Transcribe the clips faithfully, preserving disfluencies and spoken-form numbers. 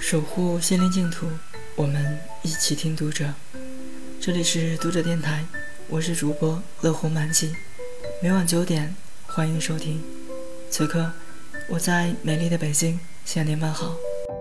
守护心灵净土，我们一起听读者。这里是读者电台，我是主播乐活满记，每晚九点欢迎收听。此刻我在美丽的北京向您问好。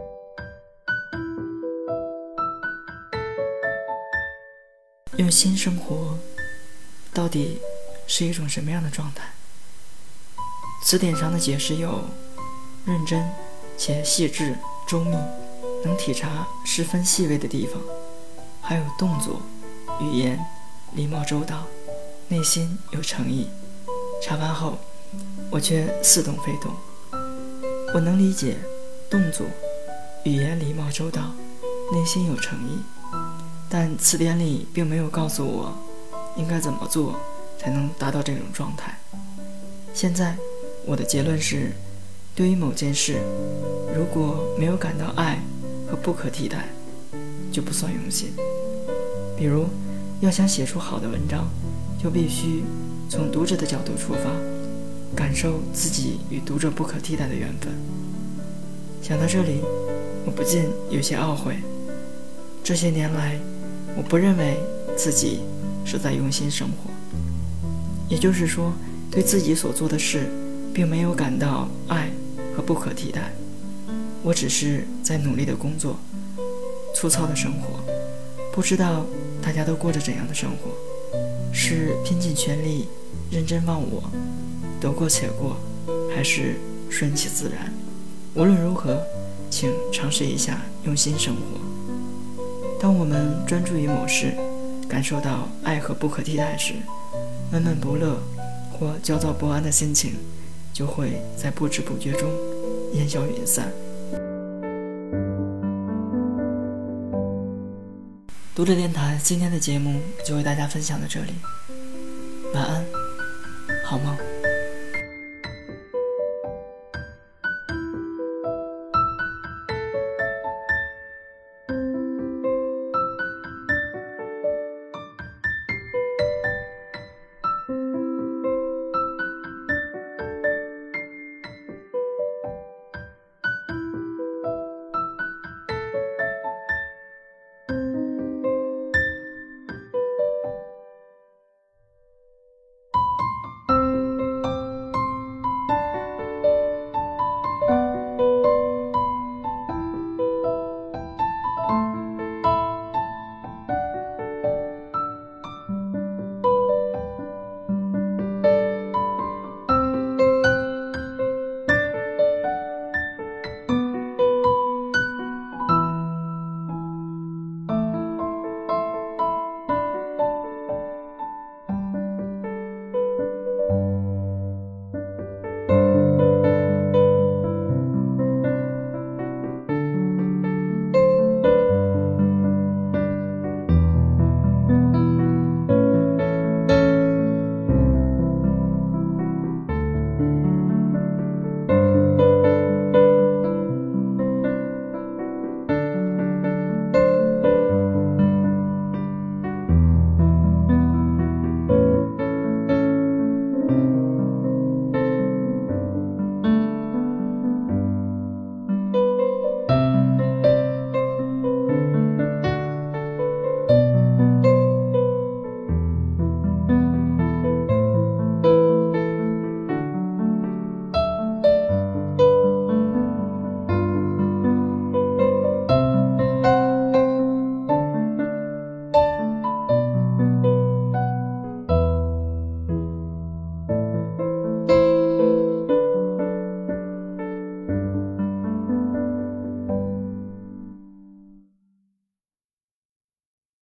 用心生活到底是一种什么样的状态？词典上的解释有认真且细致周密，能体察十分细微的地方，还有动作语言礼貌周到，内心有诚意。查完后我却似懂非懂。我能理解动作语言礼貌周到，内心有诚意，但词典里并没有告诉我应该怎么做才能达到这种状态。现在我的结论是，对于某件事，如果没有感到爱和不可替代，就不算用心。比如要想写出好的文章，就必须从读者的角度出发，感受自己与读者不可替代的缘分。想到这里，我不禁有些懊悔，这些年来我不认为自己是在用心生活，也就是说，对自己所做的事并没有感到爱和不可替代。我只是在努力的工作，粗糙的生活，不知道大家都过着怎样的生活，是拼尽全力认真忘我，得过且过，还是顺其自然？无论如何，请尝试一下用心生活。当我们专注于某事，感受到爱和不可替代时，闷闷不乐或焦躁不安的心情就会在不知不觉中烟消云散。读者电台今天的节目就为大家分享到这里，晚安，好梦。